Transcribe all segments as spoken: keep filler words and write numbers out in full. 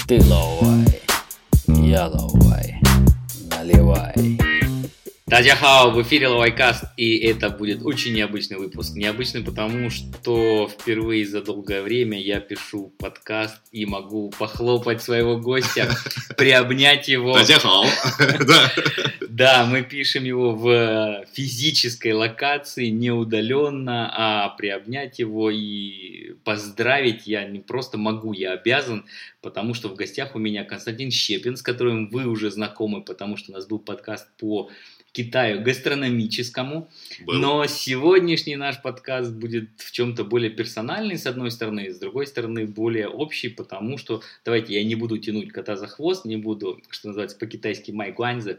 Ты ловай, я ловай, наливай. Тадяхао, в эфире Ловайкаст, и это будет очень необычный выпуск. Необычный потому, что впервые за долгое время я пишу подкаст и могу похлопать своего гостя, приобнять его. Тадяхао. Да, мы пишем его в физической локации, не удаленно, а приобнять его и поздравить я не просто могу, я обязан, потому что в гостях у меня Константин Щепин, с которым вы уже знакомы, потому что у нас был подкаст по Китаю гастрономическому, Был. Но сегодняшний наш подкаст будет в чем-то более персональный, с одной стороны, с другой стороны, более общий, потому что, давайте, я не буду тянуть кота за хвост, не буду, что называется, по-китайски майгуаньзе.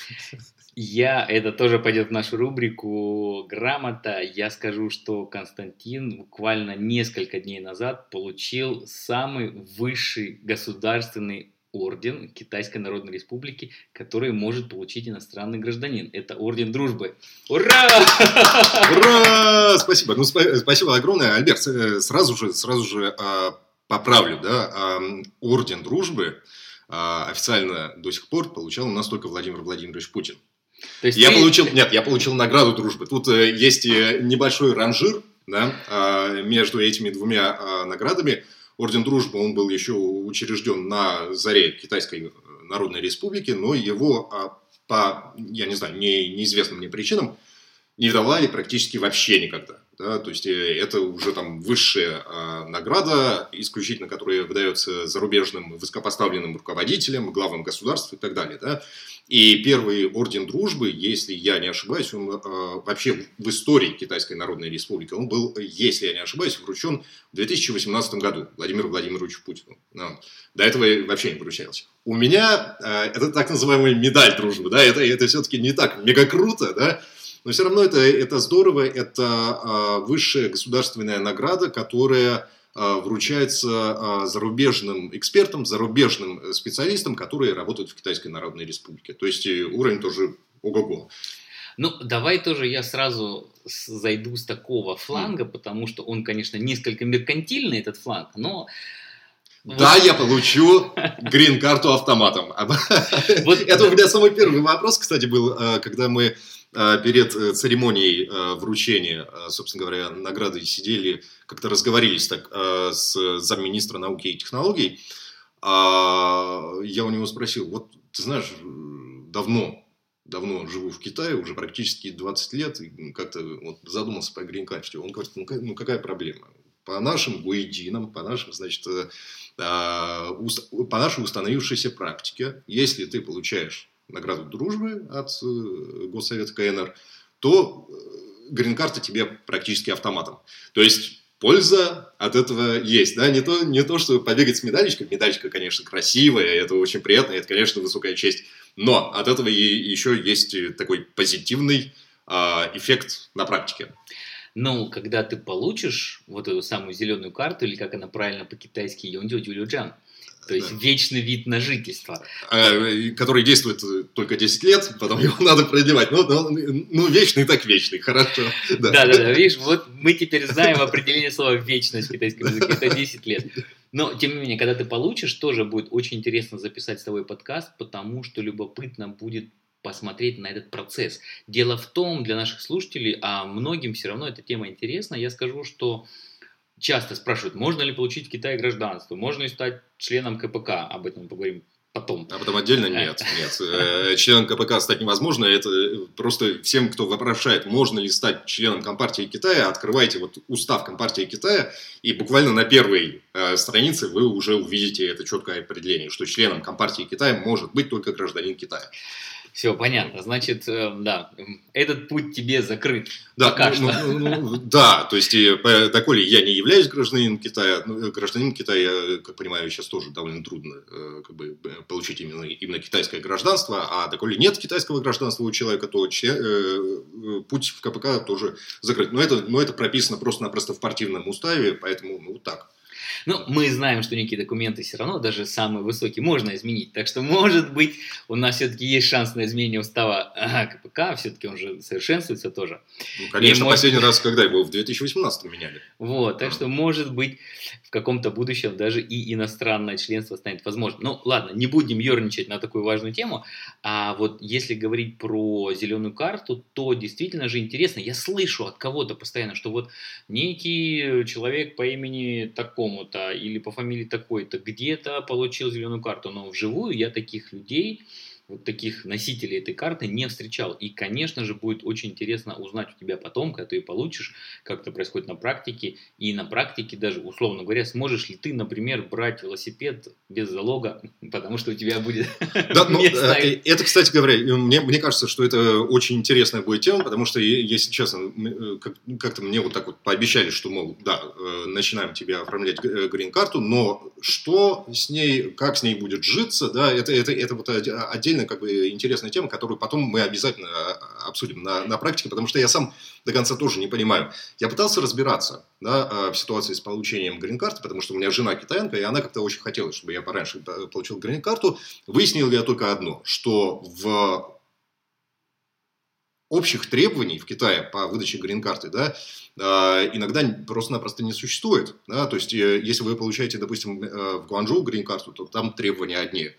Я, это тоже пойдет в нашу рубрику «Грамота». Я скажу, что Константин буквально несколько дней назад получил самый высший государственный орден Китайской Народной Республики, который может получить иностранный гражданин. Это орден дружбы. Ура! Ура! Спасибо. Ну, спа- спасибо огромное. Альберт, сразу же, сразу же э, поправлю, да, э, орден дружбы э, официально до сих пор получал у нас только Владимир Владимирович Путин. То есть я ты... получил, нет, я получил награду дружбы. Тут э, есть э, небольшой ранжир, да, э, между этими двумя э, наградами. Орден дружбы, он был еще учрежден на заре Китайской Народной Республики, но его по, я не знаю, не, неизвестным мне причинам не давали практически вообще никогда. Да? То есть, это уже там высшая а, награда, исключительно которая выдается зарубежным высокопоставленным руководителям, главам государств и так далее. Да? И первый орден дружбы, если я не ошибаюсь, он а, вообще в истории Китайской Народной Республики, он был, если я не ошибаюсь, вручен в две тысячи восемнадцатом году Владимиру Владимировичу Путину. Но до этого вообще не вручался. У меня а, это так называемая медаль дружбы. Да? Это, это все-таки не так мега круто, да? Но все равно это, это здорово, это а, высшая государственная награда, которая а, вручается а, зарубежным экспертам, зарубежным специалистам, которые работают в Китайской Народной Республике. То есть уровень тоже ого-го. Ну, давай тоже я сразу зайду с такого фланга, mm. потому что он, конечно, несколько меркантильный, этот фланг, но... Да, вот. Я получу грин-карту автоматом. Это у меня самый первый вопрос, кстати, был, когда мы перед церемонией вручения, собственно говоря, награды сидели, как-то разговорились так с замминистра науки и технологий. Я у него спросил, вот ты знаешь, давно, давно живу в Китае, уже практически двадцать лет, и как-то вот задумался по грин-карте. Он говорит, ну какая проблема? По нашим гуэдинам, по нашим, значит, по нашей установившейся практике, если ты получаешь награду дружбы от Госсовета КНР, то грин-карта тебе практически автоматом. То есть, польза от этого есть. Да? Не то, не то, что побегать с медалечкой. Медалечка, конечно, красивая, это очень приятно, это, конечно, высокая честь. Но от этого еще есть такой позитивный эффект на практике. Ну, когда ты получишь вот эту самую зеленую карту, или как она правильно по-китайски, Йондю Дюлюджан, то есть да. Вечный вид на жительство. Который действует только десять лет, потом его надо продлевать. Ну, ну, ну вечный так вечный, хорошо. Да-да-да, видишь, вот мы теперь знаем определение слова «вечность» в китайском языке, это десять лет. Но, тем не менее, когда ты получишь, тоже будет очень интересно записать с тобой подкаст, потому что любопытно будет посмотреть на этот процесс. Дело в том, для наших слушателей, а многим все равно эта тема интересна, я скажу, что часто спрашивают, можно ли получить в Китае гражданство, можно ли стать членом КПК, об этом мы поговорим потом. А потом отдельно нет, нет. Членом КПК стать невозможно, это просто всем, кто вопрошает, можно ли стать членом Компартии Китая, открывайте вот устав Компартии Китая, и буквально на первой странице вы уже увидите это четкое определение, что членом Компартии Китая может быть только гражданин Китая. Все, понятно. Значит, э, да, этот путь тебе закрыт. Да, пока ну, что. Ну, ну, да, то есть, доколе я не являюсь гражданином Китая, ну, гражданином Китая, как понимаю, сейчас тоже довольно трудно как бы, получить именно, именно китайское гражданство, а доколе нет китайского гражданства у человека, то че, э, путь в КПК тоже закрыт. Но это, но это прописано просто-напросто в партийном уставе, поэтому, ну, так. Но мы знаем, что некие документы все равно, даже самые высокие, можно изменить. Так что, может быть, у нас все-таки есть шанс на изменение устава КПК, все-таки он же совершенствуется тоже. Ну, конечно, И последний может... раз, когда его в две тысячи восемнадцатом меняли. Вот, так что, может быть, в каком-то будущем даже и иностранное членство станет возможным. Ну, ладно, не будем ерничать на такую важную тему. А вот если говорить про зеленую карту, то действительно же интересно. Я слышу от кого-то постоянно, что вот некий человек по имени такому-то или по фамилии такой-то где-то получил зеленую карту, но вживую я таких людей, вот таких носителей этой карты не встречал. И, конечно же, будет очень интересно узнать у тебя потом, когда ты ее получишь, как это происходит на практике. И на практике даже, условно говоря, сможешь ли ты, например, брать велосипед без залога, потому что у тебя будет да, ну, это, кстати говоря, мне, мне кажется, что это очень интересная будет тема, потому что, если честно, как-то мне вот так вот пообещали, что, мол, да, начинаем тебе оформлять грин-карту, но что с ней, как с ней будет житься, да, это, это, это вот отдельно как бы интересная тема, которую потом мы обязательно обсудим на, на практике, потому что я сам до конца тоже не понимаю. Я пытался разбираться, да, в ситуации с получением грин-карты, потому что у меня жена китаянка, и она как-то очень хотела, чтобы я пораньше получил грин-карту. Выяснил я только одно, что в общих требований в Китае по выдаче грин-карты, да, иногда просто-напросто не существует. Да? То есть, если вы получаете, допустим, в Гуанчжоу грин-карту, то там требования одни.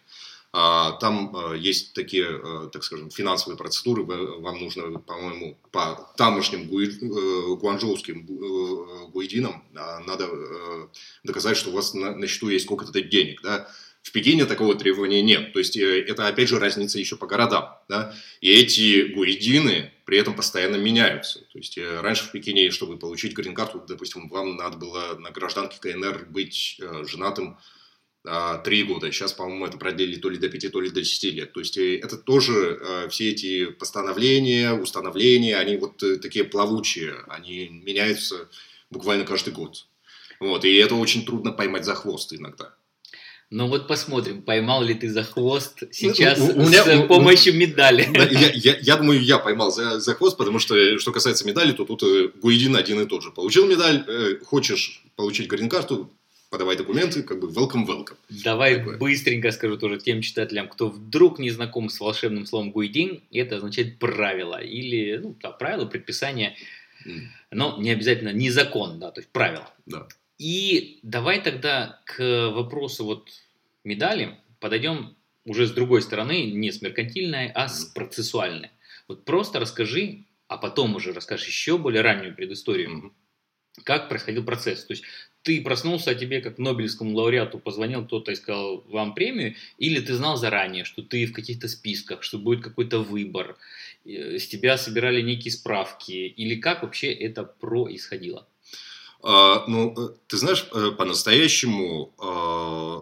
Там есть такие, так скажем, финансовые процедуры. Вам нужно, по-моему, по тамошним гуанчжоуским гуидинам надо доказать, что у вас на счету есть сколько-то денег. Да? В Пекине такого требования нет. То есть, это, опять же, разница еще по городам. Да? И эти гуидины при этом постоянно меняются. То есть, раньше в Пекине, чтобы получить грин-карту, допустим, вам надо было на гражданке КНР быть женатым три года. Сейчас, по-моему, это продлили то ли до пяти, то ли до десяти лет. То есть, это тоже э, все эти постановления, установления, они вот э, такие плавучие. Они меняются буквально каждый год. Вот. И это очень трудно поймать за хвост иногда. Ну вот посмотрим, поймал ли ты за хвост сейчас у, у меня, с помощью у, медали. Да, я, я, я думаю, я поймал за, за хвост, потому что, что касается медали, то тут э, Гуидин один и тот же. Получил медаль, э, хочешь получить грин-карту, подавай документы, как бы welcome, welcome. Давай Такое. Быстренько скажу тоже тем читателям, кто вдруг не знаком с волшебным словом гуидин, это означает правило или, ну, да, правило, предписание, mm. но не обязательно не закон, да, то есть правило. Да. И давай тогда к вопросу вот медали подойдем уже с другой стороны, не с меркантильной, а с процессуальной. Вот просто расскажи, а потом уже расскажешь еще более раннюю предысторию, mm-hmm. как происходил процесс. То есть ты проснулся, а тебе как Нобелевскому лауреату позвонил кто-то и сказал вам премию, или ты знал заранее, что ты в каких-то списках, что будет какой-то выбор, с тебя собирали некие справки, или как вообще это происходило? А, ну, ты знаешь, по-настоящему а,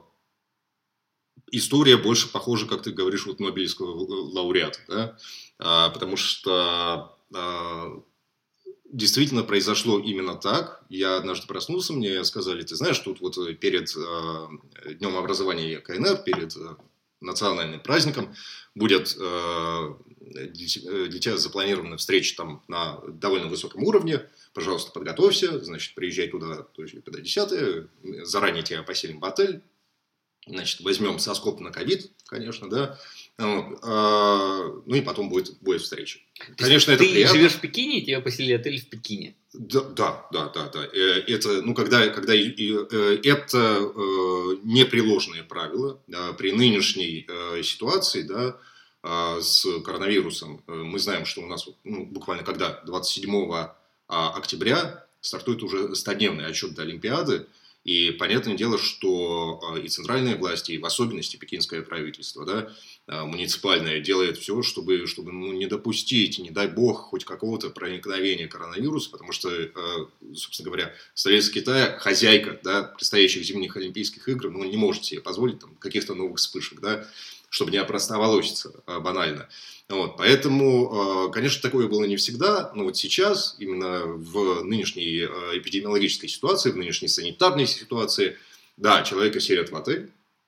история больше похожа, как ты говоришь, вот Нобелевского лауреата, да? а, потому что а, действительно произошло именно так. Я однажды проснулся, мне сказали, ты знаешь, тут вот перед э, Днем образования КНР, перед э, национальным праздником будет э, для тебя запланирована встреча там на довольно высоком уровне. Пожалуйста, подготовься, значит, приезжай туда, то есть пятое десятое, заранее тебя поселим в отель, значит, возьмем соскоб на ковид, конечно, да. Вот. А, ну и потом будет, будет встреча. Конечно, это ты приятно. Ты живешь в Пекине, тебя поселили отель в Пекине. Да, да, да, да, да. Это, ну, когда, когда это непреложные правила, да, при нынешней ситуации, да, с коронавирусом, мы знаем, что у нас, ну, буквально когда двадцать седьмого октября стартует уже стодневный отчет до Олимпиады. И понятное дело, что и центральные власти, и в особенности пекинское правительство, да, муниципальное, делает все, чтобы, чтобы ну, не допустить, не дай бог, хоть какого-то проникновения коронавируса, потому что, собственно говоря, столица Китая, хозяйка, да, предстоящих зимних Олимпийских игр, ну, не может себе позволить там, каких-то новых вспышек, да, чтобы не опростоволоситься банально. Вот, поэтому, конечно, такое было не всегда, но вот сейчас, именно в нынешней эпидемиологической ситуации, в нынешней санитарной ситуации, да, человека селят в отель,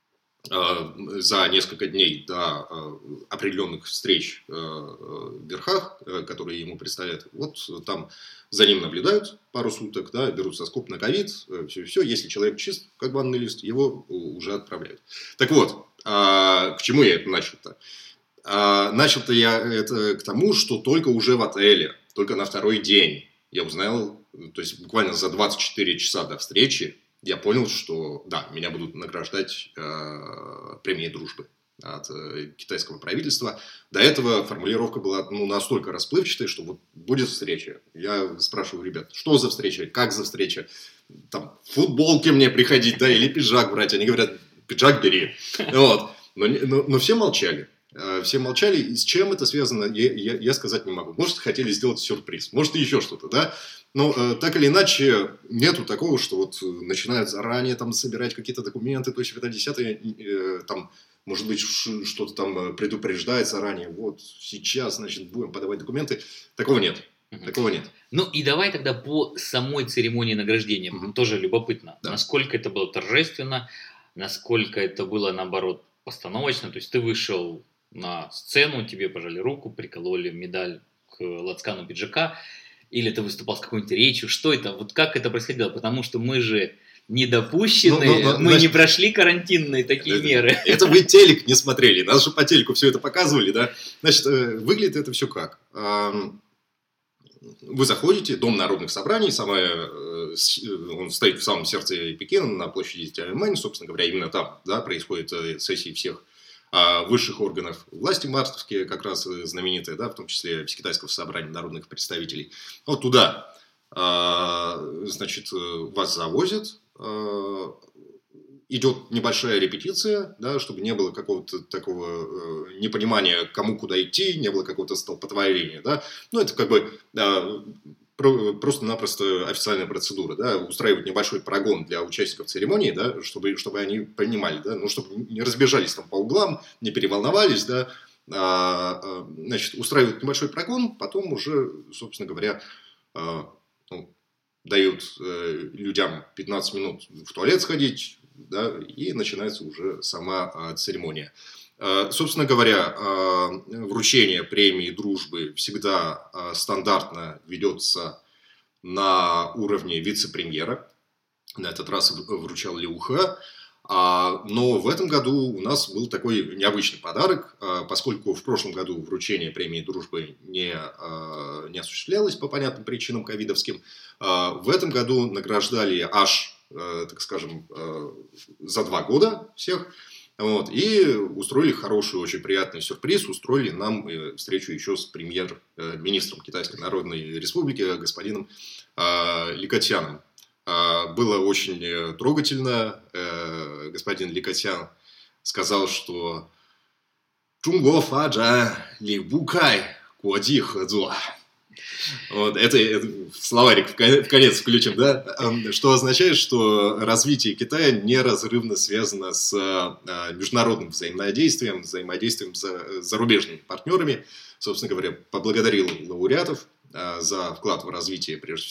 за несколько дней до определенных встреч в верхах, которые ему предстоят. Вот там за ним наблюдают пару суток, да, берут соскоб на ковид, все-все. Если человек чист, как банный лист, его уже отправляют. Так вот, к чему я это начал-то? Начал-то я это к тому, что только уже в отеле, только на второй день я узнал, то есть буквально за двадцать четыре часа до встречи, я понял, что да, меня будут награждать э, премией дружбы от э, китайского правительства. До этого формулировка была ну, настолько расплывчатой, что вот будет встреча. Я спрашиваю ребят, что за встреча, как за встреча, там, в футболке мне приходить, да, или пиджак брать. Они говорят, пиджак бери. Вот. Но, но, но все молчали. Все молчали, и с чем это связано, я, я, я сказать не могу. Может, хотели сделать сюрприз, может, и еще что-то, да. Но э, так или иначе, нету такого, что вот начинают заранее там собирать какие-то документы, то есть, когда десятые, э, там, может быть, что-то там предупреждает заранее, вот, сейчас, значит, будем подавать документы. Такого нет, uh-huh. такого нет. Ну, и давай тогда по самой церемонии награждения. Uh-huh. Тоже любопытно, да. Насколько это было торжественно, насколько это было, наоборот, постановочно. То есть, ты вышел на сцену, тебе пожали руку, прикололи медаль к лацкану пиджака, или ты выступал с какой-нибудь речью, что это, вот как это происходило, потому что мы же не допущены, ну, ну, ну, мы значит, не прошли карантинные такие это, меры. Это вы телек не смотрели, нас же по телеку все это показывали, да? Значит, выглядит это все как? Вы заходите, Дом народных собраний, самое, он стоит в самом сердце Пекина, на площади Тяньаньмэнь, собственно говоря, именно там, да, происходят сессии всех высших органов власти, мартовские, как раз знаменитые, да, в том числе Всекитайского собрания народных представителей. Вот туда, значит, вас завозят, идет небольшая репетиция, да, чтобы не было какого-то такого непонимания, кому куда идти, не было какого-то столпотворения, да. Ну, это как бы просто-напросто официальная процедура, да, устраивать небольшой прогон для участников церемонии, да, чтобы, чтобы они понимали, да, ну, чтобы не разбежались там по углам, не переволновались, да, а, а, значит, устраивают небольшой прогон, потом уже, собственно говоря, а, ну, дают э, людям пятнадцать минут в туалет сходить, да, и начинается уже сама а, церемония. Собственно говоря, вручение премии дружбы всегда стандартно ведется на уровне вице-премьера. На этот раз вручал Лю Хэ. Но в этом году у нас был такой необычный подарок, поскольку в прошлом году вручение премии дружбы не, не осуществлялось по понятным причинам ковидовским. В этом году награждали аж, так скажем, за два года всех. Вот, и устроили хороший, очень приятный сюрприз, устроили нам встречу еще с премьер-министром Китайской Народной Республики, господином Ли Кэтьяном. Было очень трогательно, господин Ли Кэтьян сказал, что «Чунго фаджа ли букай куади хэцзуа». Вот, это, это в словарик в конец включим, да, что означает, что развитие Китая неразрывно связано с международным взаимодействием, взаимодействием с зарубежными партнерами. Собственно говоря, поблагодарил лауреатов за вклад в развитие, прежде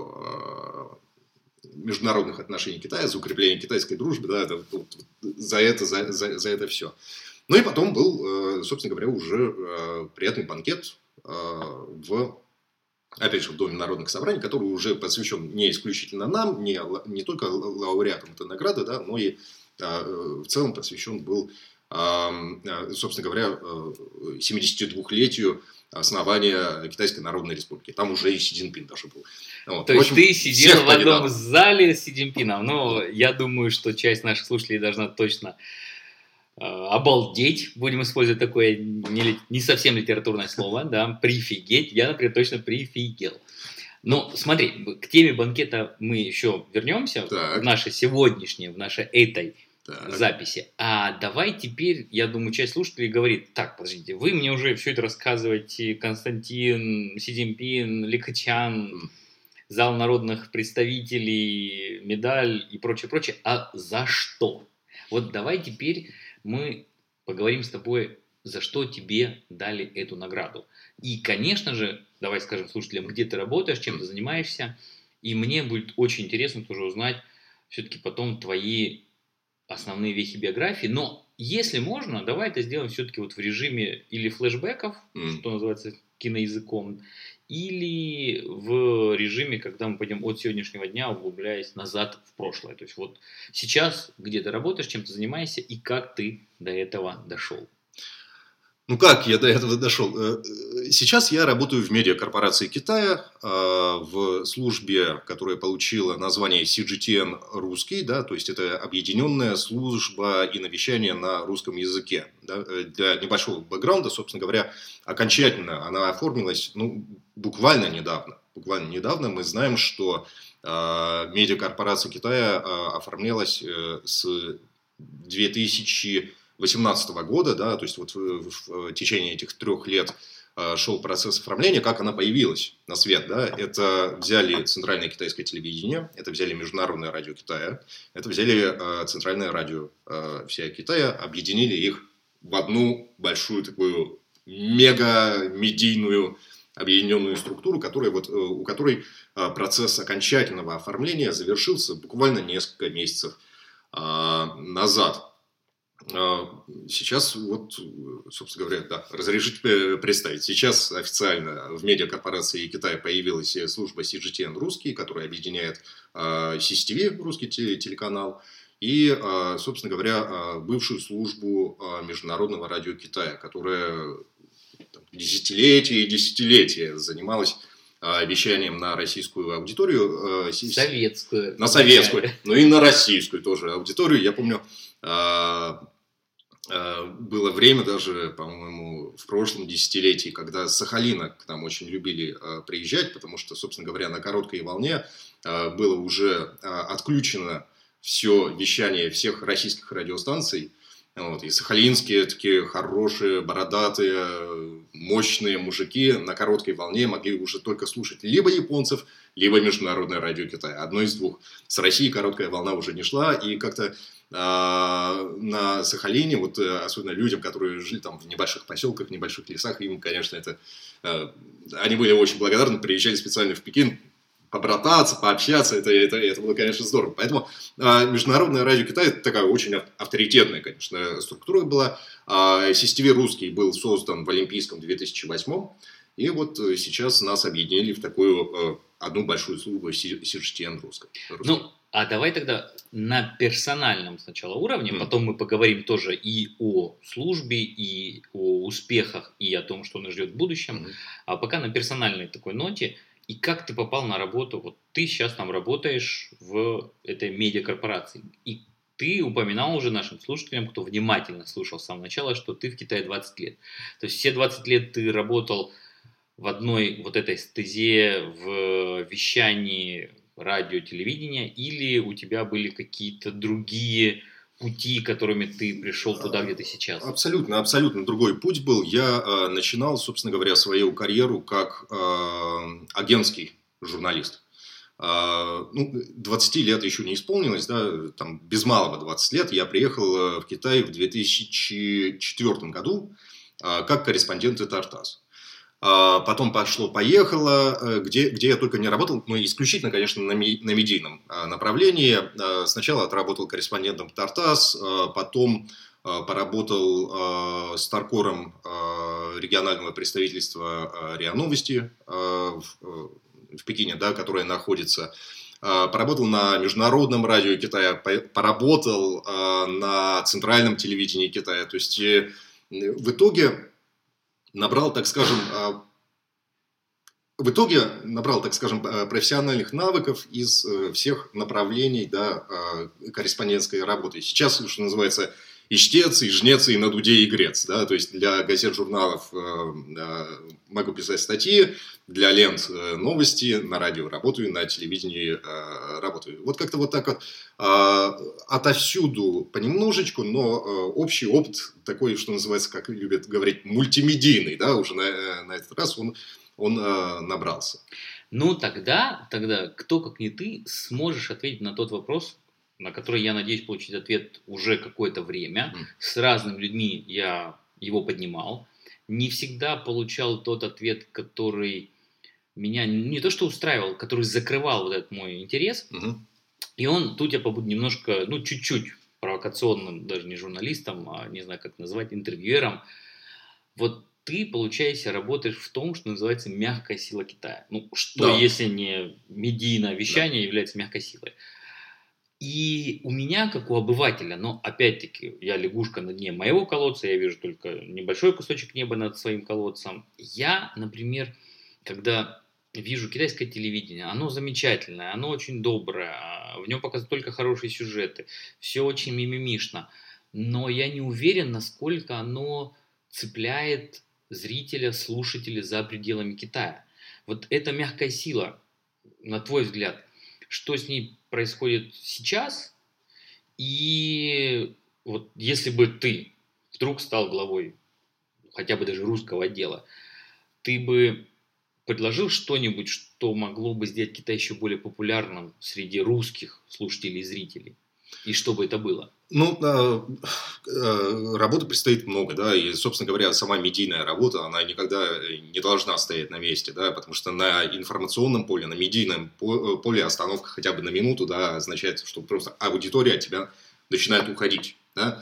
всего, международных отношений Китая, за укрепление китайской дружбы, да, это, вот, за, это, за, за, за это все. Ну и потом был, собственно говоря, уже приятный банкет в... Опять же, в Доме народных собраний, который уже посвящен не исключительно нам, не, не только лауреатам этой награды, да, но и э, в целом посвящен был, э, собственно говоря, семидесятидвухлетию основания Китайской Народной Республики. Там уже и Си Цзиньпин даже был. Вот. То в есть общем, ты сидел в одном зале с Си Цзиньпином. Ну, я думаю, что часть наших слушателей должна точно... обалдеть, будем использовать такое не, не совсем литературное слово, да, прифигеть, я, например, точно прифигел. Но смотри, к теме банкета мы еще вернемся, так. в нашей сегодняшней, в нашей этой так. записи. А давай теперь, я думаю, часть слушателей говорит, так, подождите, вы мне уже все это рассказываете, Константин, Си Цзиньпин, Ли Кэтьян, mm. зал народных представителей, медаль и прочее, прочее, а за что? Вот давай теперь мы поговорим с тобой, за что тебе дали эту награду. И, конечно же, давай скажем слушателям, где ты работаешь, чем ты занимаешься. И мне будет очень интересно тоже узнать все-таки потом твои основные вехи биографии. Но если можно, давай это сделаем все-таки вот в режиме или флешбеков, mm. что называется киноязыком, или в режиме, когда мы пойдем от сегодняшнего дня, углубляясь назад в прошлое. То есть вот сейчас, где ты работаешь, чем ты занимаешься и как ты до этого дошел. Ну как я до этого дошел? Сейчас я работаю в медиакорпорации Китая, в службе, которая получила название си джи ти эн русский, да, то есть это объединенная служба и навещание на русском языке. Да. Для небольшого бэкграунда, собственно говоря, окончательно она оформилась ну, буквально недавно. Буквально недавно мы знаем, что медиакорпорация Китая оформлялась с две тысячи восемнадцатого года, да, то есть вот в, в, в течение этих трех лет э, шел процесс оформления, как она появилась на свет, да, это взяли Центральное китайское телевидение, это взяли Международное радио Китая, это взяли э, Центральное радио э, всея Китая, объединили их в одну большую такую мега-медийную объединенную структуру, которая вот, у которой э, процесс окончательного оформления завершился буквально несколько месяцев э, назад. Сейчас, вот, собственно говоря, да, разрешите представить. Сейчас официально в медиакорпорации Китая появилась служба си джи ти эн русский, которая объединяет си си ти ви, русский телеканал, и, собственно говоря, бывшую службу Международного радио Китая, которая там, десятилетия и десятилетия занималась вещанием на российскую аудиторию. Советскую. На советскую, но и на российскую тоже аудиторию. Я помню, было время даже, по-моему, в прошлом десятилетии, когда с Сахалина к нам очень любили приезжать, потому что, собственно говоря, на короткой волне было уже отключено все вещание всех российских радиостанций. Вот, и сахалинские такие хорошие, бородатые, мощные мужики на короткой волне могли уже только слушать либо японцев, либо Международное радио Китая. Одно из двух. С Россией короткая волна уже не шла, и как-то э, на Сахалине, вот, особенно людям, которые жили там в небольших поселках, в небольших лесах, им, конечно, это... Э, они были очень благодарны, приезжали специально в Пекин, побрататься, пообщаться, это, это, это было, конечно, здорово. Поэтому э, Международное радио Китая это такая очень авторитетная, конечно, структура была. Э, си си ти ви русский был создан в Олимпийском две тысячи восьмом, и вот сейчас нас объединили в такую э, одну большую службу си джи ти эн русской. Ну, а давай тогда на персональном сначала уровне, mm. потом мы поговорим тоже и о службе, и о успехах, и о том, что нас ждет в будущем. Mm. А пока на персональной такой ноте. И как ты попал на работу? Вот ты сейчас там работаешь в этой медиакорпорации. И ты упоминал уже нашим слушателям, кто внимательно слушал с самого начала, что ты в Китае двадцать лет. То есть все двадцать лет ты работал в одной вот этой стезе в вещании радио, телевидения, или у тебя были какие-то другие пути, которыми ты пришел туда, где ты сейчас? Абсолютно, абсолютно другой путь был. Я э, начинал, собственно говоря, свою карьеру как э, агентский журналист. Э, ну, двадцати лет еще не исполнилось, да, там без малого двадцать лет. Я приехал в Китай в две тысячи четвёртом году э, как корреспондент Тартас. Потом пошло-поехало, где, где я только не работал, но исключительно, конечно, на, ми, на медийном направлении. Сначала отработал корреспондентом Тартас, потом поработал старкором регионального представительства РИА Новости в, в Пекине, да, которое находится. Поработал на Международном радио Китая, поработал на Центральном телевидении Китая. То есть в итоге... Набрал, так скажем, в итоге набрал, так скажем, профессиональных навыков из всех направлений, да, корреспондентской работы. Сейчас, что называется, и чтец, и жнец, и на дуде, и грец. Да? То есть для газет, журналов могу писать статьи, для лент новости, на радио работаю, на телевидении работаю. Вот как-то вот так вот отовсюду понемножечку, но общий опыт такой, что называется, как любят говорить, мультимедийный, да, уже на, на этот раз он, он набрался. Ну тогда, тогда кто, как не ты, сможешь ответить на тот вопрос, на который я надеюсь получить ответ уже какое-то время. Mm. С разными людьми я его поднимал. Не всегда получал тот ответ, который меня не то что устраивал, который закрывал вот этот мой интерес. Mm-hmm. И он, тут я побуду немножко, ну чуть-чуть провокационным, даже не журналистом, а не знаю, как назвать, интервьюером. Вот ты, получается, работаешь в том, что называется мягкая сила Китая. Ну, что, да. Если не медийное вещание, да. является мягкой силой. И у меня, как у обывателя, но опять-таки, я лягушка на дне моего колодца, я вижу только небольшой кусочек неба над своим колодцем. Я, например, когда вижу китайское телевидение, оно замечательное, оно очень доброе, в нем показывают только хорошие сюжеты, все очень мимимишно, но я не уверен, насколько оно цепляет зрителя, слушателя за пределами Китая. Вот эта мягкая сила, на твой взгляд, что с ней происходит сейчас? И вот если бы ты вдруг стал главой хотя бы даже русского отдела, ты бы предложил что-нибудь, что могло бы сделать Китай еще более популярным среди русских слушателей и зрителей? И что бы это было? Ну, работы предстоит много, да, и, собственно говоря, сама медийная работа, она никогда не должна стоять на месте, да, потому что на информационном поле, на медийном поле остановка хотя бы на минуту, да, означает, что просто аудитория от тебя начинает уходить, да.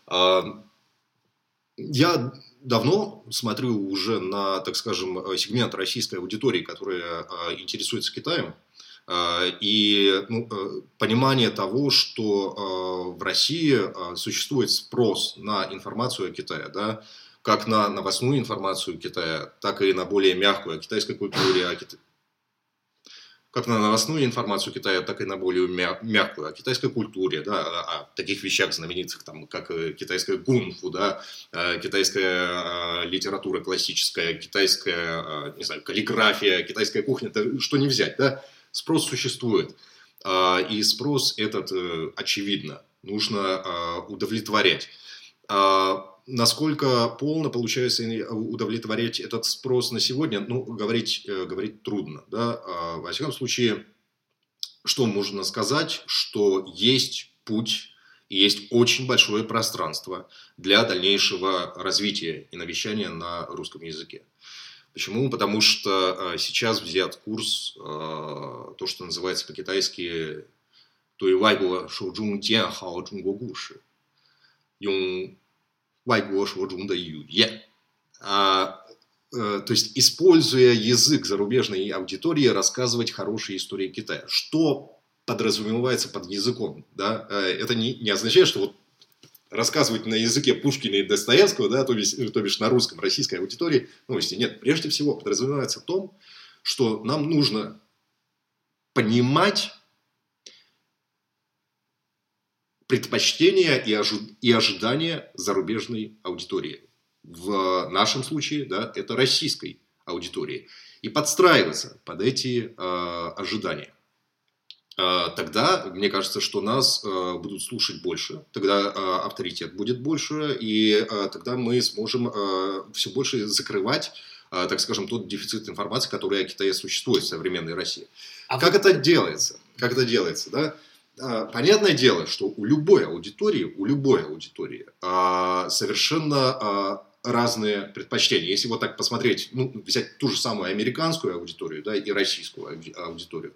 Я давно смотрю уже на, так скажем, сегмент российской аудитории, которая интересуется Китаем. И ну, понимание того, что в России существует спрос на информацию о Китае, да, как на новостную информацию Китая, так и на более мягкую о китайской культуре, о Кита... как на новостную информацию Китая, так и на более мягкую о китайской культуре, да, о таких вещах знаменитых, там, как китайская кунг-фу, да, китайская литература классическая, китайская, не знаю, каллиграфия, китайская кухня, что не взять, да. Спрос существует, и спрос этот, очевидно, нужно удовлетворять. Насколько полно получается удовлетворять этот спрос на сегодня, ну, говорить, говорить трудно. Да? Во всяком случае, что можно сказать, что есть путь, и есть очень большое пространство для дальнейшего развития и навещания на русском языке. Почему? Потому что сейчас взят курс, то, что называется по-китайски «Дуйвайгуо шоужун диан хао чунго гуши», «Юн вайгуо шоужун да юе». То есть, используя язык зарубежной аудитории, рассказывать хорошие истории Китая. Что подразумевается под языком? Да? Это не, не означает, что вот рассказывать на языке Пушкина и Достоевского, да, то бишь, то бишь на русском, российской аудитории новости. Нет, прежде всего подразумевается в том, что нам нужно понимать предпочтения и, ожи... и ожидания зарубежной аудитории. В нашем случае, да, это российской аудитории. И подстраиваться под эти э, ожидания. Тогда, мне кажется, что нас будут слушать больше, тогда авторитет будет больше, и тогда мы сможем все больше закрывать, так скажем, тот дефицит информации, который о Китае существует в современной России. А как вот... это делается? Как это делается, да? Понятное дело, что у любой аудитории, у любой аудитории совершенно разные предпочтения. Если вот так посмотреть, ну, взять ту же самую американскую аудиторию, да, и российскую аудиторию.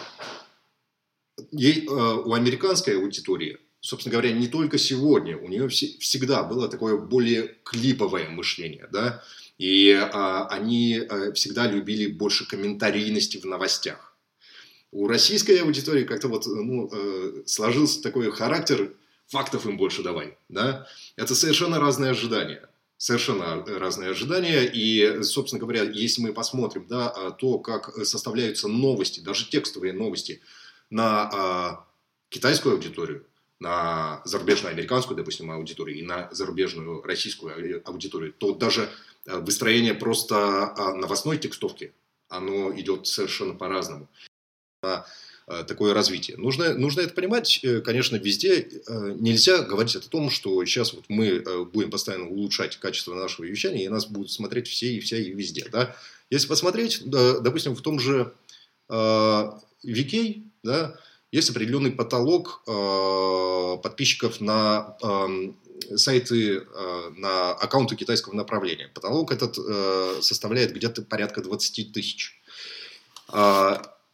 Ей, у американской аудитории, собственно говоря, не только сегодня, у нее всегда было такое более клиповое мышление, да, и а, они всегда любили больше комментарийности в новостях. У российской аудитории как-то вот ну, сложился такой характер, фактов им больше давай, да, это совершенно разные ожидания. Совершенно разные ожидания, и, собственно говоря, если мы посмотрим, да, то, как составляются новости, даже текстовые новости, на а, китайскую аудиторию, на зарубежную американскую, допустим, аудиторию и на зарубежную российскую аудиторию, то даже выстроение просто новостной текстовки, оно идет совершенно по-разному. Такое развитие. Нужно, нужно это понимать, конечно, везде. Нельзя говорить о том, что сейчас вот мы будем постоянно улучшать качество нашего вещания, и нас будут смотреть все и вся и везде. Да? Если посмотреть, допустим, в том же ви кей, да, есть определенный потолок э, подписчиков на э, сайты, э, на аккаунты китайского направления. Потолок этот э, составляет где-то порядка двадцать тысяч. Э,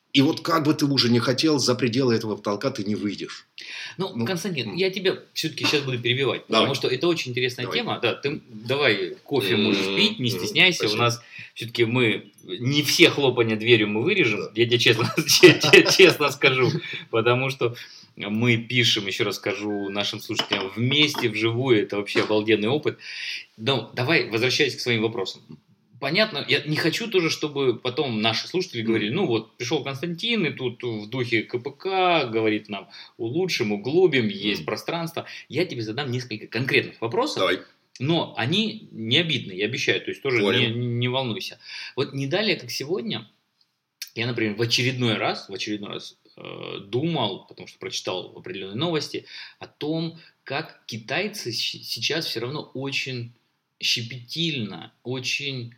И вот как бы ты уже не хотел, за пределы этого потолка ты не выйдешь. Ну, ну Константин, м- я тебя все-таки сейчас буду перебивать, давай. Потому что это очень интересная давай. тема. Да, ты давай кофе можешь пить, не стесняйся. Спасибо. У нас все-таки мы не все хлопания дверью мы вырежем, да. Я тебе честно, честно скажу, потому что мы пишем, еще раз скажу нашим слушателям, вместе, вживую, это вообще обалденный опыт. Но давай, возвращаясь к своим вопросам. Понятно, я не хочу тоже, чтобы потом наши слушатели говорили, ну вот, пришел Константин, и тут в духе КПК говорит нам, улучшим, углубим, есть пространство. Я тебе задам несколько конкретных вопросов, Давай. Но они не обидные, я обещаю, то есть тоже не, не волнуйся. Вот не далее, как сегодня, я, например, в очередной раз, в очередной раз э, думал, потому что прочитал определенные новости, о том, как китайцы сейчас все равно очень щепетильно, очень...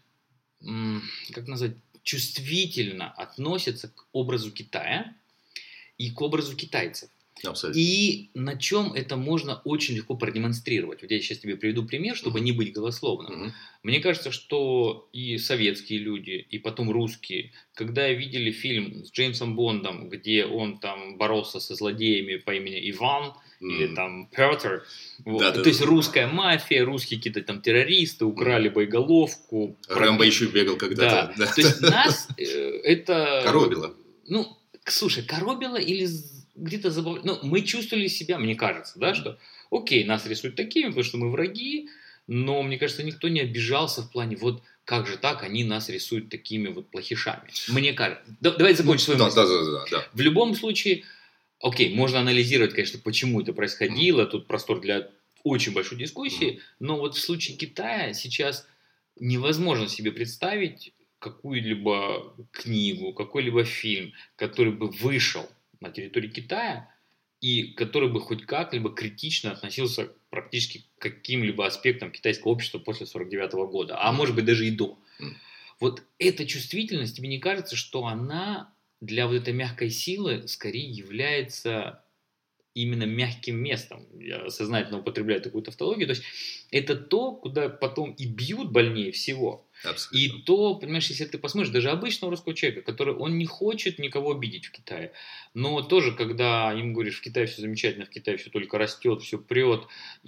как назвать, чувствительно относятся к образу Китая и к образу китайцев. Абсолютно. И на чем это можно очень легко продемонстрировать. Вот я сейчас тебе приведу пример, чтобы uh-huh. не быть голословным. Uh-huh. Мне кажется, что и советские люди, и потом русские, когда видели фильм с Джеймсом Бондом, где он там боролся со злодеями по имени Иван, Mm. или там Петр, вот. да, то да, есть да. русская мафия, русские какие-то там террористы украли mm. боеголовку. Рэмбо еще бегал когда-то. Да. Да. То есть нас э, это... Коробило. Ну, слушай, коробило или где-то забавляло. Ну, мы чувствовали себя, мне кажется, да, mm. что окей, нас рисуют такими, потому что мы враги, но, мне кажется, никто не обижался в плане, вот как же так, они нас рисуют такими вот плохишами. Мне кажется. Да, давай закончим свою да, мысль. Да, да, да, да. В любом случае... Окей, можно анализировать, конечно, почему это происходило, тут простор для очень большой дискуссии, но вот в случае Китая сейчас невозможно себе представить какую-либо книгу, какой-либо фильм, который бы вышел на территории Китая и который бы хоть как-либо критично относился практически к каким-либо аспектам китайского общества после сорок девятого года, а может быть даже и до. Вот эта чувствительность, тебе не кажется, что она... для вот этой мягкой силы скорее является именно мягким местом. Я сознательно употребляю такую тавтологию. То есть это то, куда потом и бьют больнее всего. Абсолютно. И то, понимаешь, если ты посмотришь, даже обычного русского человека, который он не хочет никого обидеть в Китае, но тоже, когда им говоришь, в Китае все замечательно, в Китае все только растет, все прет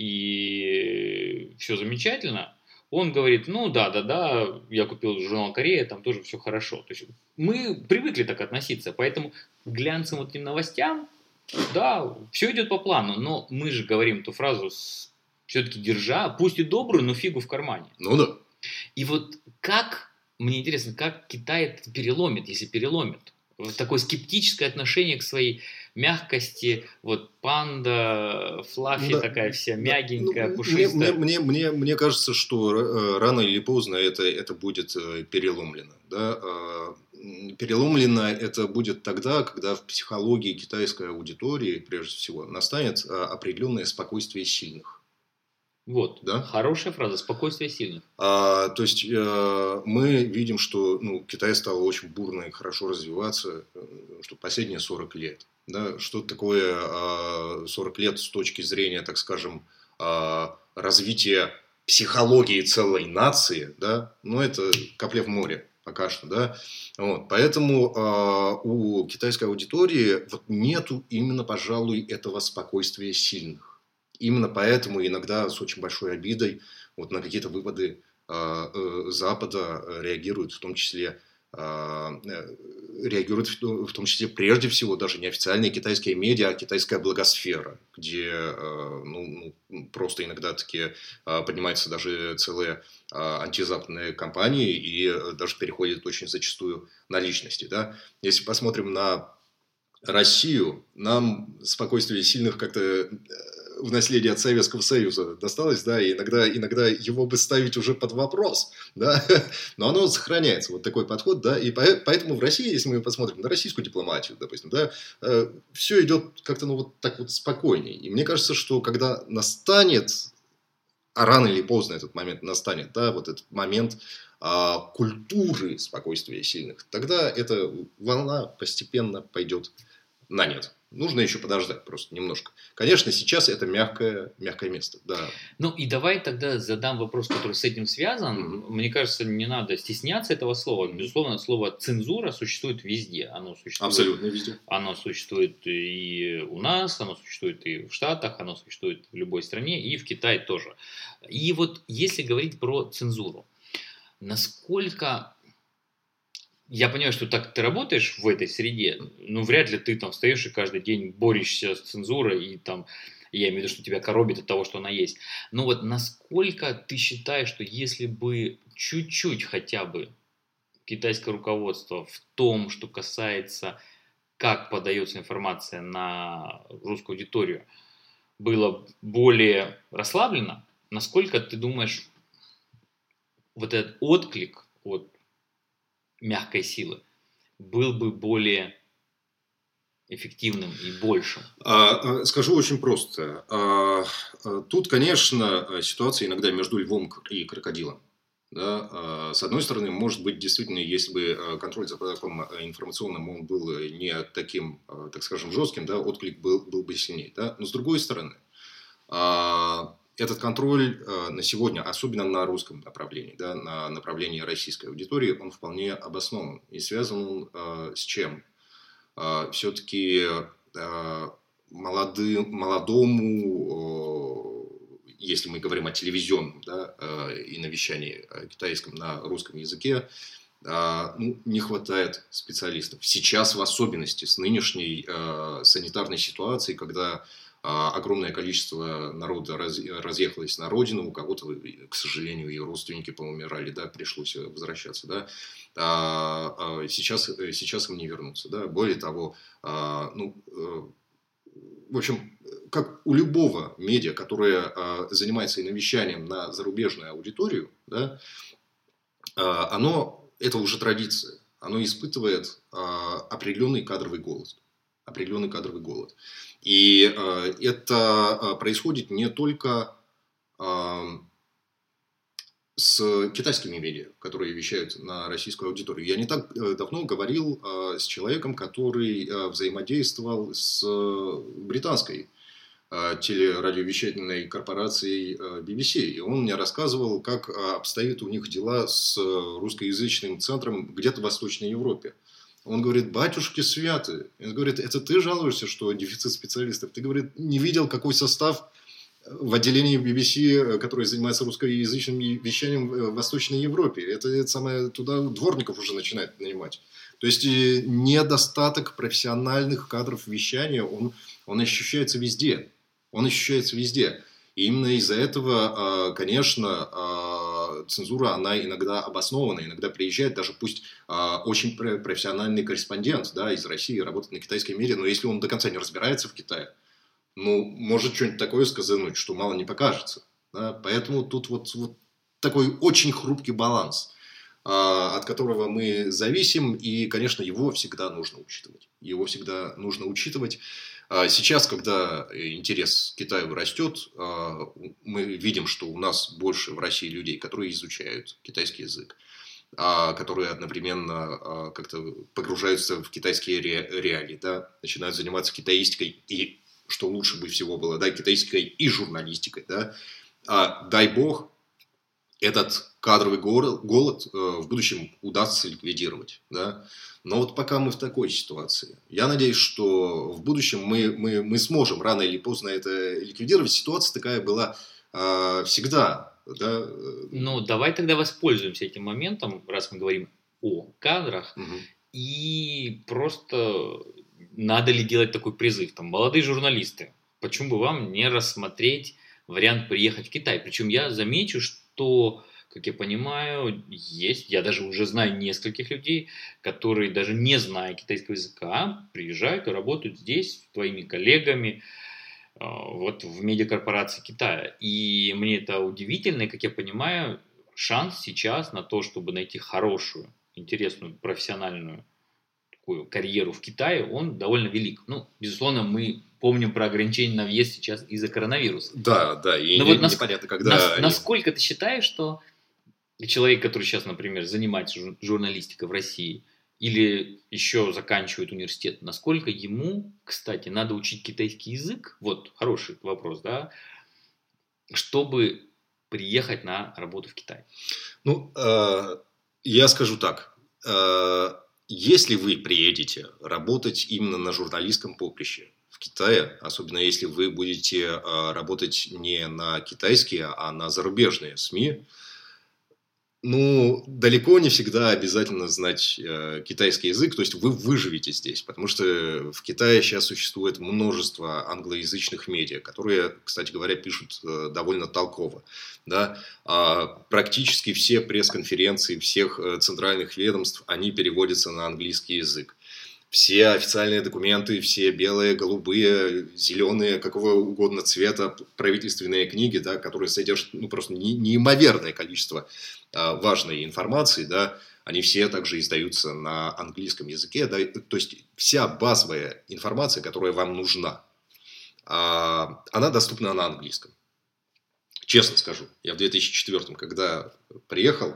и все замечательно, он говорит, ну да, да, да, я купил журнал «Корея», там тоже все хорошо. То есть мы привыкли так относиться, поэтому к глянцевым вот этим новостям, да, все идет по плану, но мы же говорим эту фразу с, все-таки держа, пусть и добрую, но фигу в кармане. Ну да. И вот как, мне интересно, как Китай это переломит, если переломит? Вот такое скептическое отношение к своей мягкости, вот панда, флаффи да, такая вся мягенькая, ну, пушистая. Мне, мне, мне, мне кажется, что рано или поздно это, это будет переломлено. Да? Переломлено это будет тогда, когда в психологии китайской аудитории, прежде всего, настанет определенное спокойствие сильных. Вот, да? Хорошая фраза, спокойствие сильных. А, то есть, э, мы видим, что ну, Китай стал очень бурно и хорошо развиваться что последние сорок лет. Да? Что такое э, сорок лет с точки зрения, так скажем, э, развития психологии целой нации, да? Ну, это капля в море пока что. Да? Вот. Поэтому э, у китайской аудитории вот, нету именно, пожалуй, этого спокойствия сильных. Именно поэтому иногда с очень большой обидой вот, на какие-то выводы э, э, Запада реагируют, в том числе, э, реагируют в, в том числе прежде всего даже не официальные китайские медиа, а китайская благосфера, где э, ну, ну, просто иногда такие э, поднимаются даже целые э, антизападные кампании и э, даже переходят очень зачастую на личности. Да? Если посмотрим на Россию, нам спокойствие сильных как-то в наследие от Советского Союза досталось, да, и иногда, иногда его бы ставить уже под вопрос, да, но оно сохраняется, вот такой подход, да, и поэтому в России, если мы посмотрим на российскую дипломатию, допустим, да, все идет как-то, ну, вот так вот спокойней, и мне кажется, что когда настанет, а рано или поздно этот момент настанет, да, вот этот момент а, культуры спокойствия сильных, тогда эта волна постепенно пойдет на нет. нужно еще подождать просто немножко. Конечно, сейчас это мягкое, мягкое место, да. Ну и давай тогда задам вопрос, который с этим связан. Mm-hmm. Мне кажется, не надо стесняться этого слова. Безусловно, слово цензура существует везде. Оно существует, абсолютно везде. Оно существует и у нас, оно существует и в Штатах, оно существует в любой стране, и в Китае тоже. И вот если говорить про цензуру, насколько... Я понимаю, что так ты работаешь в этой среде, но вряд ли ты там встаешь и каждый день борешься с цензурой, и там, я имею в виду, что тебя коробит от того, что она есть. Но вот насколько ты считаешь, что если бы чуть-чуть хотя бы китайское руководство в том, что касается, как подается информация на русскую аудиторию, было более расслаблено, насколько ты думаешь, вот этот отклик от мягкой силы был бы более эффективным и большим? Скажу очень просто. Тут, конечно, ситуация иногда между львом и крокодилом. Да? С одной стороны, может быть, действительно, если бы контроль за потоком информационным он был не таким, так скажем, жестким, да, отклик был, был бы сильнее. Да? Но с другой стороны, этот контроль на сегодня, особенно на русском направлении, да, на направлении российской аудитории, он вполне обоснован. И связан он э, с чем? Э, все-таки э, молоды, молодому, э, если мы говорим о телевизионном, да, э, и на вещании китайском на русском языке, э, ну, не хватает специалистов. Сейчас в особенности с нынешней э, санитарной ситуацией, когда огромное количество народа разъехалось на родину, у кого-то, к сожалению, и родственники поумирали, да, пришлось возвращаться, да. Сейчас, сейчас им не вернуться, да. Более того, ну, в общем, как у любого медиа, которое занимается и навещанием на зарубежную аудиторию, да, оно, это уже традиция, оно испытывает определенный кадровый голод. Определенный кадровый голод. И э, это происходит не только э, с китайскими медиа, которые вещают на российскую аудиторию. Я не так давно говорил э, с человеком, который э, взаимодействовал с британской э, телерадиовещательной корпорацией э, би би си. И он мне рассказывал, как обстоят у них дела с русскоязычным центром где-то в Восточной Европе. Он говорит, батюшки святы. Он говорит, это ты жалуешься, что дефицит специалистов? Ты, говорит, не видел, какой состав в отделении би би си, который занимается русскоязычным вещанием в Восточной Европе. Это, это самое, туда дворников уже начинают нанимать. То есть, недостаток профессиональных кадров вещания, он, он ощущается везде. Он ощущается везде. И именно из-за этого, конечно, цензура, она иногда обоснована, иногда приезжает даже пусть очень профессиональный корреспондент, да, из России, работает на китайской медиа, но если он до конца не разбирается в Китае, ну, может что-нибудь такое сказать, что мало не покажется. Да? Поэтому тут вот, вот такой очень хрупкий баланс, от которого мы зависим, и, конечно, его всегда нужно учитывать. Его всегда нужно учитывать. Сейчас, когда интерес к Китаю растет, мы видим, что у нас больше в России людей, которые изучают китайский язык, которые одновременно как-то погружаются в китайские реалии, да, начинают заниматься китаистикой, и, что лучше бы всего было, да, китаистикой и журналистикой. Да. А, дай бог, этот кадровый голод в будущем удастся ликвидировать. Да. Но вот пока мы в такой ситуации. Я надеюсь, что в будущем мы, мы, мы сможем рано или поздно это ликвидировать. Ситуация такая была э, всегда. Да? Ну, давай тогда воспользуемся этим моментом, раз мы говорим о кадрах. Угу. И просто надо ли делать такой призыв? Там, молодые журналисты, почему бы вам не рассмотреть вариант приехать в Китай? Причем я замечу, что... Как я понимаю, есть, я даже уже знаю нескольких людей, которые даже не зная китайского языка, приезжают и работают здесь твоими коллегами вот в медиакорпорации Китая. И мне это удивительно, и, как я понимаю, шанс сейчас на то, чтобы найти хорошую, интересную, профессиональную такую карьеру в Китае, он довольно велик. Ну, безусловно, мы помним про ограничения на въезд сейчас из-за коронавируса. Да, да, и Но не, вот нас, непонятно, когда... Нас, они... Насколько ты считаешь, что человек, который сейчас, например, занимается журналистикой в России или еще заканчивает университет, насколько ему, кстати, надо учить китайский язык, вот хороший вопрос, да, чтобы приехать на работу в Китай? Ну, э, я скажу так. Э, если вы приедете работать именно на журналистском поприще в Китае, особенно если вы будете э, работать не на китайские, а на зарубежные СМИ, ну, далеко не всегда обязательно знать э, китайский язык, то есть вы выживете здесь, потому что в Китае сейчас существует множество англоязычных медиа, которые, кстати говоря, пишут э, довольно толково. Да? А практически все пресс-конференции всех э, центральных ведомств, они переводятся на английский язык. Все официальные документы, все белые, голубые, зеленые, какого угодно цвета правительственные книги, да, которые содержат ну, просто не, неимоверное количество а, важной информации, да, они все также издаются на английском языке. Да, то есть вся базовая информация, которая вам нужна, а, она доступна на английском. Честно скажу, я в две тысячи четвёртом, когда приехал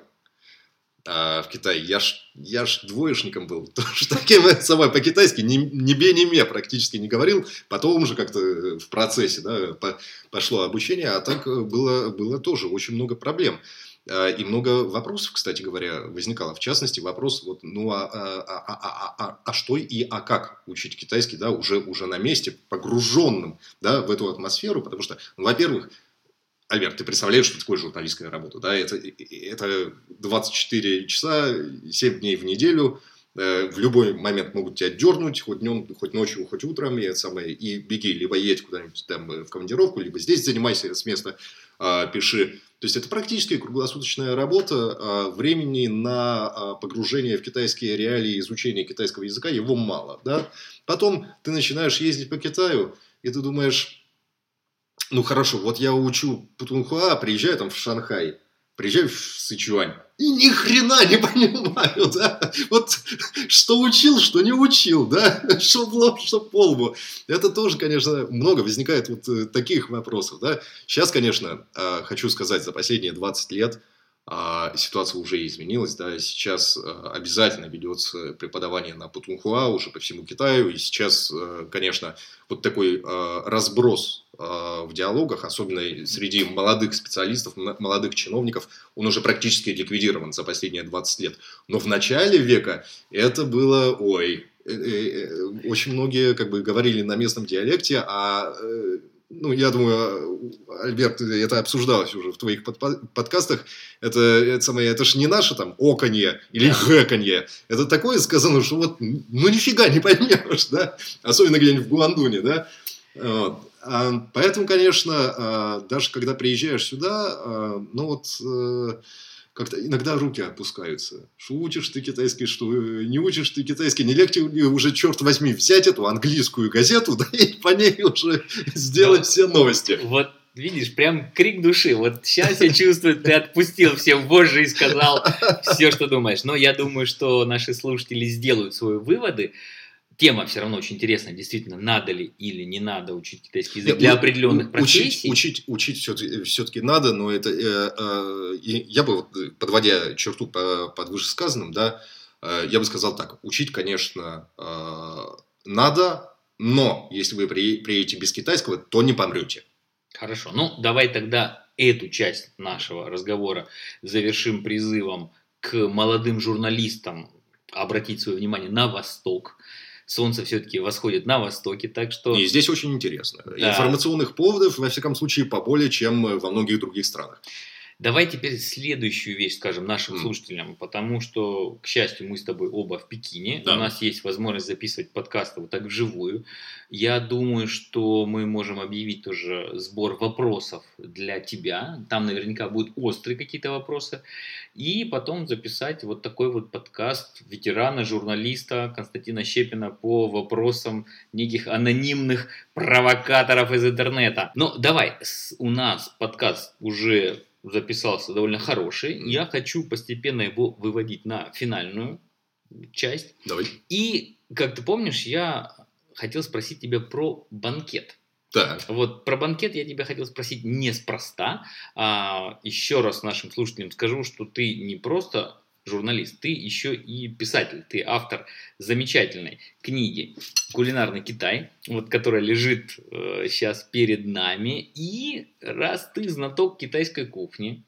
в Китай. Я ж, я ж двоечником был. Тоже таким самое по-китайски ни, ни бе, ни ме практически не говорил. Потом уже как-то в процессе да, по, пошло обучение. А так было, было тоже очень много проблем. И много вопросов, кстати говоря, возникало. В частности, вопрос, вот, ну, а, а, а, а, а, а что и а как учить китайский, да, уже, уже на месте, погруженным да, в эту атмосферу. Потому что, ну, во-первых, Альберт, ты представляешь, что такое журналистская работа? Да? Это, это двадцать четыре часа, семь дней в неделю. Э, в любой момент могут тебя дернуть, хоть днем, хоть ночью, хоть утром. И, это самое, и беги, либо едь куда-нибудь там в командировку, либо здесь занимайся с места, э, пиши. То есть, это практически круглосуточная работа. Э, времени на э, погружение в китайские реалии, изучение китайского языка, его мало. Да? Потом ты начинаешь ездить по Китаю, и ты думаешь... Ну, хорошо, вот я учу Путунхуа, приезжаю там в Шанхай, приезжаю в Сычуань, и ни хрена не понимаю, да? Вот что учил, что не учил, да? Что в лоб, что по лбу. Это тоже, конечно, много возникает вот таких вопросов, да? Сейчас, конечно, хочу сказать, за последние двадцать лет ситуация уже изменилась, да, сейчас обязательно ведется преподавание на Путунхуа уже по всему Китаю, и сейчас, конечно, вот такой разброс в диалогах, особенно среди молодых специалистов, молодых чиновников, он уже практически ликвидирован за последние двадцать лет. Но в начале века это было, ой, очень многие как бы говорили на местном диалекте, а... Ну, я думаю, Альберт, это обсуждалось уже в твоих под- подкастах. Это, это, самое, это ж не наше там оканье или гэканье. Это такое сказано, что вот, ну, нифига не поймешь, да? Особенно где-нибудь в Гуандуне, да? Вот. А, поэтому, конечно, даже когда приезжаешь сюда, ну вот... Как-то иногда руки опускаются. Что учишь ты китайский, что не учишь ты китайский. Не легче уже, черт возьми, взять эту английскую газету, да, и по ней уже сделать да. все новости. Вот видишь, прям крик души. Вот сейчас я чувствую, ты отпустил все вожжи и сказал все, что думаешь. Но я думаю, что наши слушатели сделают свои выводы. Тема все равно очень интересная, действительно, надо ли или не надо учить китайский язык Нет, для определенных профессий. Учить, учить, учить все-таки, все-таки надо, но это э, э, я бы, подводя черту по, под вышесказанным, да, э, я бы сказал так, учить, конечно, э, надо, но если вы при, приедете без китайского, то не помрете. Хорошо, ну давай тогда эту часть нашего разговора завершим призывом к молодым журналистам обратить свое внимание на Восток. Солнце все-таки восходит на востоке, так что... И здесь очень интересно. Да. Информационных поводов, во всяком случае, поболее, чем во многих других странах. Давай теперь следующую вещь скажем нашим mm. слушателям, потому что, к счастью, мы с тобой оба в Пекине, да. У нас есть возможность записывать подкасты вот так вживую. Я думаю, что мы можем объявить тоже сбор вопросов для тебя, там наверняка будут острые какие-то вопросы, и потом записать вот такой вот подкаст ветерана, журналиста Константина Щепина по вопросам неких анонимных провокаторов из интернета. Ну, давай, у нас подкаст уже... записался довольно хороший. Mm. Я хочу постепенно его выводить на финальную часть. Давай. И, как ты помнишь, я хотел спросить тебя про банкет. Так. Вот про банкет я тебя хотел спросить неспроста. А, еще раз нашим слушателям скажу, что ты не просто журналист, ты еще и писатель, ты автор замечательной книги «Кулинарный Китай», вот, которая лежит э, сейчас перед нами. И раз ты знаток китайской кухни,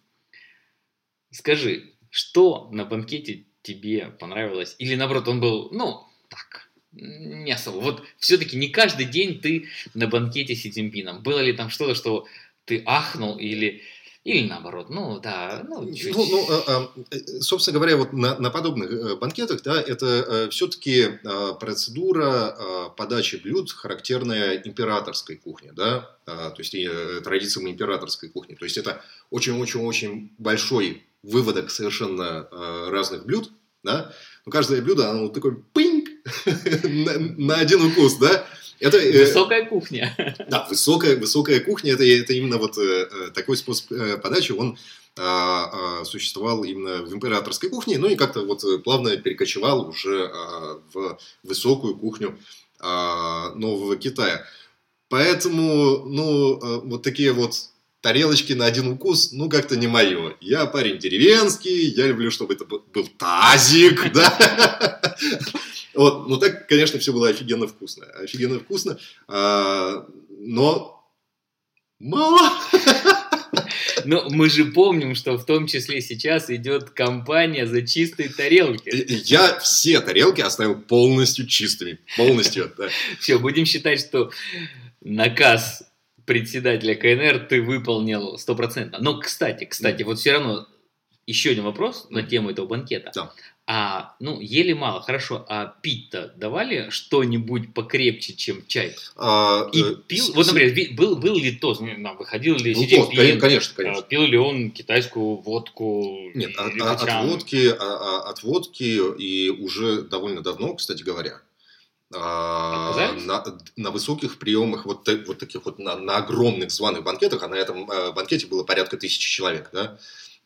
скажи, что на банкете тебе понравилось? Или наоборот, он был, ну, так, не особо. Вот все-таки не каждый день ты на банкете с Си Цзиньпином. Было ли там что-то, что ты ахнул или... Или наоборот, ну да, ну чуть... Ну, ну, собственно говоря, вот на, на подобных банкетах, да, это все-таки процедура подачи блюд, характерная императорской кухне, да, то есть традициям императорской кухни. То есть это очень-очень-очень большой выводок совершенно разных блюд, да, но каждое блюдо, оно вот такое пинг на, на один укус, да. Это, высокая кухня. Да, высокая, высокая кухня, это, это именно вот э, такой способ э, подачи, он э, э, существовал именно в императорской кухне, ну и как-то вот плавно перекочевал уже э, в высокую кухню э, Нового Китая. Поэтому, ну, э, вот такие вот тарелочки на один укус, ну, как-то не мое. Я парень деревенский, я люблю, чтобы это был тазик, да. Вот, ну так, конечно, все было офигенно вкусно. Офигенно вкусно, а, но мало. Но мы же помним, что в том числе сейчас идет кампания за чистые тарелки. Я все тарелки оставил полностью чистыми. Полностью. Да. Все, будем считать, что наказ председателя ка эн эр ты выполнил стопроцентно. Но, кстати, кстати, вот все равно еще один вопрос на тему этого банкета. Да. А, ну, ели мало, хорошо, а пить-то давали что-нибудь покрепче, чем чай? А, И э, пил, с, вот, например, был, был ли тост, выходил ли ну, Си Цзиньпин, конечно, конечно. пил ли он китайскую водку? Нет, от, от, водки, от водки и уже довольно давно, кстати говоря, на, на высоких приемах, вот, вот таких вот, на, на огромных званых банкетах, а на этом банкете было порядка тысячи человек, да,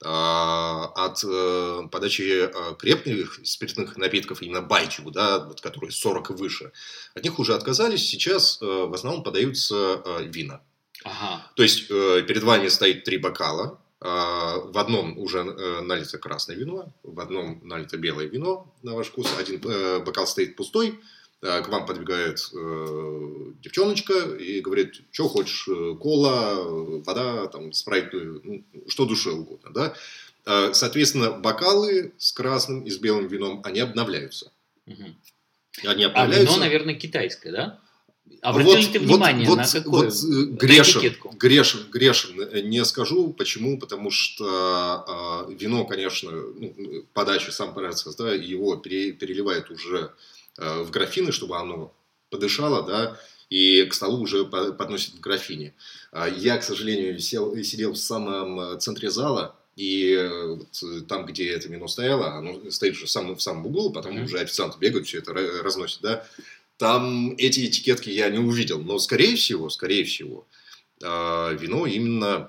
от подачи крепких спиртных напитков, именно байчжу, да, вот, которые сорок и выше, от них уже отказались, сейчас в основном подаются вина. Ага. То есть перед вами стоит три бокала, в одном уже налито красное вино, в одном налито белое вино на ваш вкус, один бокал стоит пустой, к вам подбегает э, девчоночка и говорит, что хочешь, кола, вода, там, спрайт, ну, что душе угодно, да. Соответственно, бокалы с красным и с белым вином, они обновляются. Угу. Они обновляются. А вино, наверное, китайское, да? Обратили вот, ты внимание вот, на вот, какое? Вот, грешен, грешен, грешен, не скажу, почему, потому что э, вино, конечно, ну, подача, сам процесс, да, его пере, переливают уже в графины, чтобы оно подышало, да, и к столу уже подносят в графине. Я, к сожалению, сел, сидел в самом центре зала, и вот там, где это вино стояло, оно стоит уже в самом, в самом углу, потом mm-hmm. уже официанты бегают, все это разносят, да. Там эти этикетки я не увидел, но, скорее всего, скорее всего, вино именно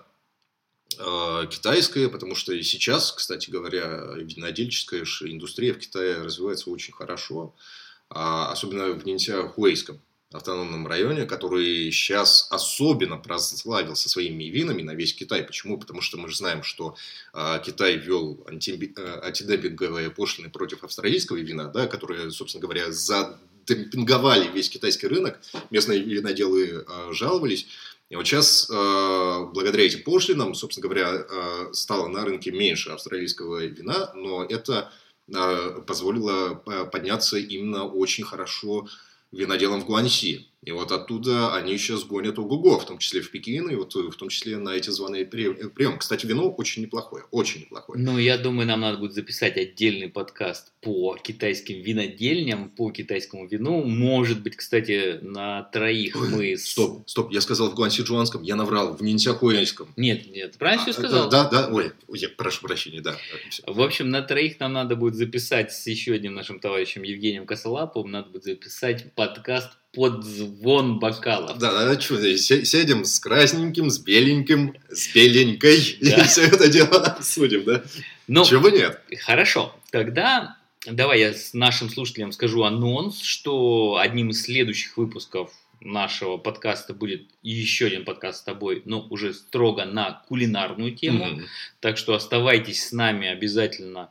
китайское, потому что сейчас, кстати говоря, винодельческая индустрия в Китае развивается очень хорошо. Особенно в Ниньцзяхуэйском автономном районе, который сейчас особенно прославился своими винами на весь Китай. Почему? Потому что мы же знаем, что э, Китай ввел антидемпинговые пошлины против австралийского вина, да, которые, собственно говоря, задемпинговали весь китайский рынок. Местные виноделы э, жаловались. И вот сейчас, э, благодаря этим пошлинам, собственно говоря, э, стало на рынке меньше австралийского вина, но это позволило подняться именно очень хорошо виноделам в Гуаньси. И вот оттуда они сейчас гонят ого-го, в том числе в Пекин, и вот в том числе на эти званые приемы. Кстати, вино очень неплохое, очень неплохое. Ну, я думаю, нам надо будет записать отдельный подкаст по китайским винодельням, по китайскому вину. Может быть, кстати, на троих мы... Стоп, стоп, я сказал в гуаньсичжуанском, я наврал, в ниньцзяхуэйском. Нет, нет, правильно все сказал? Да, да, ой, я прошу прощения, да. В общем, на троих нам надо будет записать с еще одним нашим товарищем Евгением Косолаповым, надо будет записать подкаст под звон бокалов. Да, да, что, сядем с красненьким, с беленьким, с беленькой, да. И все это дело обсудим, да? Ну, чего нет? Хорошо, тогда давай я с нашим слушателям скажу анонс, что одним из следующих выпусков нашего подкаста будет еще один подкаст с тобой, но уже строго на кулинарную тему. Mm-hmm. Так что оставайтесь с нами обязательно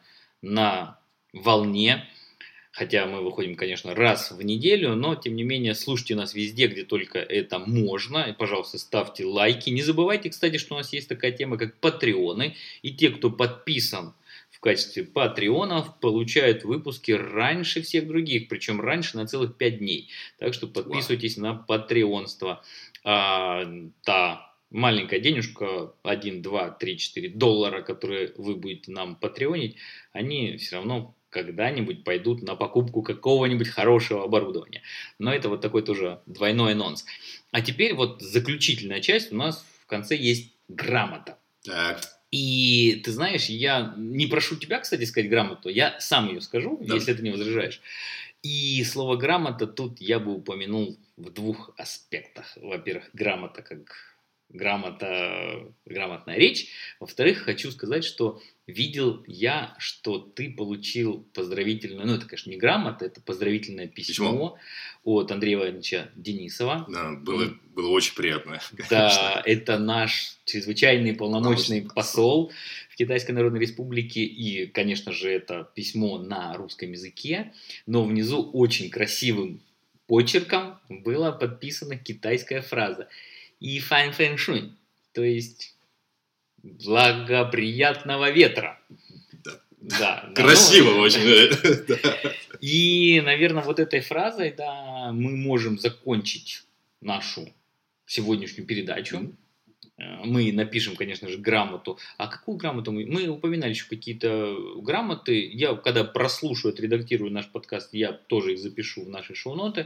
на волне. Хотя мы выходим, конечно, раз в неделю, но, тем не менее, слушайте нас везде, где только это можно. И, пожалуйста, ставьте лайки. Не забывайте, кстати, что у нас есть такая тема, как патреоны. И те, кто подписан в качестве патреонов, получают выпуски раньше всех других. Причем раньше на целых пять дней. Так что подписывайтесь Вау. на патреонство. А, та маленькая денежка, один, два, три, четыре доллара, которые вы будете нам патреонить, они все равно когда-нибудь пойдут на покупку какого-нибудь хорошего оборудования. Но это вот такой тоже двойной анонс. А теперь вот заключительная часть. У нас в конце есть грамота. Так. И ты знаешь, я не прошу тебя, кстати, сказать грамоту. Я сам ее скажу, да. если ты не возражаешь. И слово грамота тут я бы упомянул в двух аспектах. Во-первых, грамота как грамота, грамотная речь. Во-вторых, хочу сказать, что видел я, что ты получил поздравительное, ну это, конечно, не грамота, это поздравительное письмо, письмо? от Андрея Ивановича Денисова. Да, было, И, было очень приятно. Да, это наш чрезвычайный полномочный Научный посол в Китайской Народной Республике. И, конечно же, это письмо на русском языке, но внизу очень красивым почерком была подписана китайская фраза «И фан фэн шунь», то есть благоприятного ветра. Да. Да, Красиво да, очень. И, наверное, вот этой фразой, да, мы можем закончить нашу сегодняшнюю передачу. Мы напишем, конечно же, грамоту. А какую грамоту мы? Мы упоминали еще какие-то грамоты. Я, когда прослушаю, отредактирую наш подкаст, я тоже их запишу в наши шоу-ноты.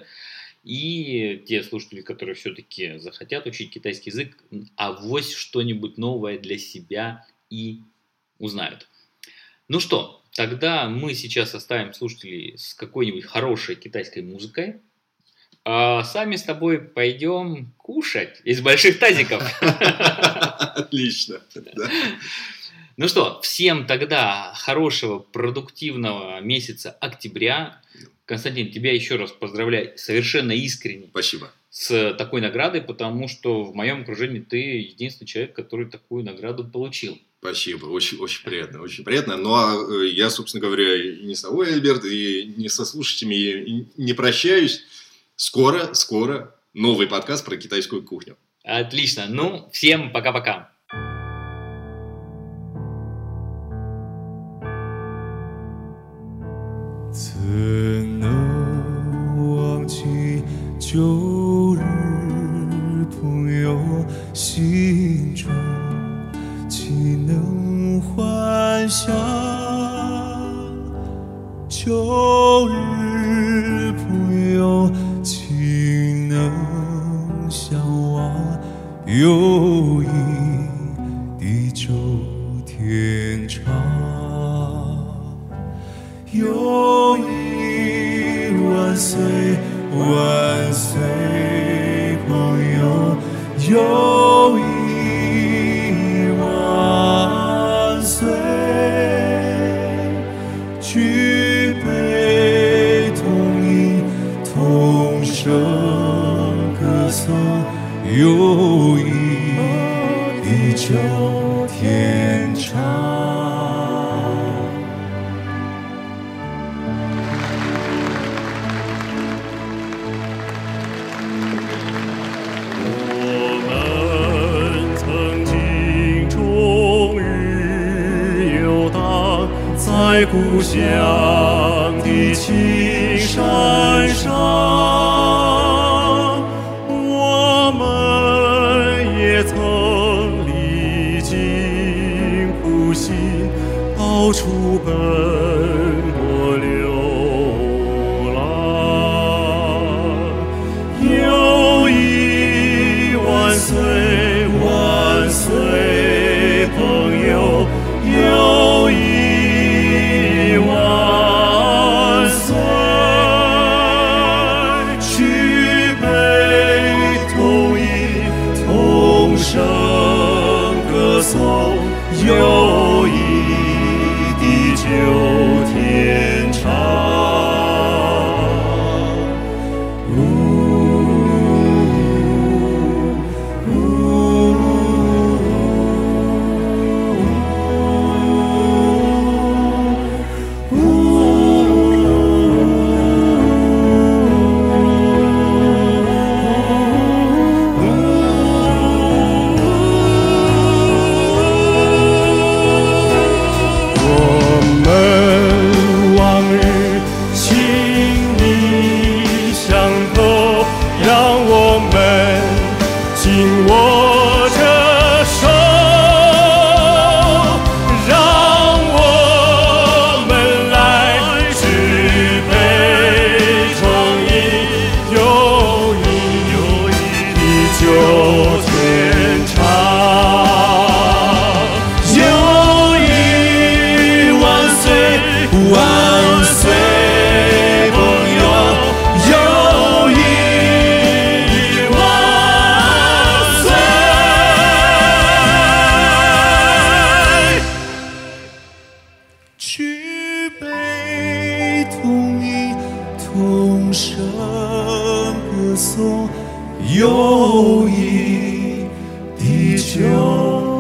И те слушатели, которые все-таки захотят учить китайский язык, авось что-нибудь новое для себя и узнают. Ну что, тогда мы сейчас оставим слушателей с какой-нибудь хорошей китайской музыкой, а сами с тобой пойдем кушать из больших тазиков. Отлично. Ну что, всем тогда хорошего, продуктивного месяца октября. Константин, тебя еще раз поздравляю совершенно искренне. Спасибо. С такой наградой, потому что в моем окружении ты единственный человек, который такую награду получил. Спасибо, очень, очень приятно, очень приятно. Ну, а я, собственно говоря, и не с тобой, Альберт, и не со слушателями не прощаюсь. Скоро, скоро новый подкаст про китайскую кухню. Отлично. Ну, всем пока-пока. 怎能忘记旧日朋友心中，岂能幻想旧日朋友，岂能相忘又一地久天长。又一万岁万岁朋友，又一万岁，举杯同饮同声歌颂，又一地久天长。在故乡的青山上，我们也曾历经苦辛，到处奔波流浪。又一万岁万岁朋友，又一万岁。 紧握着手，让我们来举杯重饮，友谊地久天长，友谊万岁万岁，朋友，友谊万岁。举杯同饮，同声歌颂，友谊地久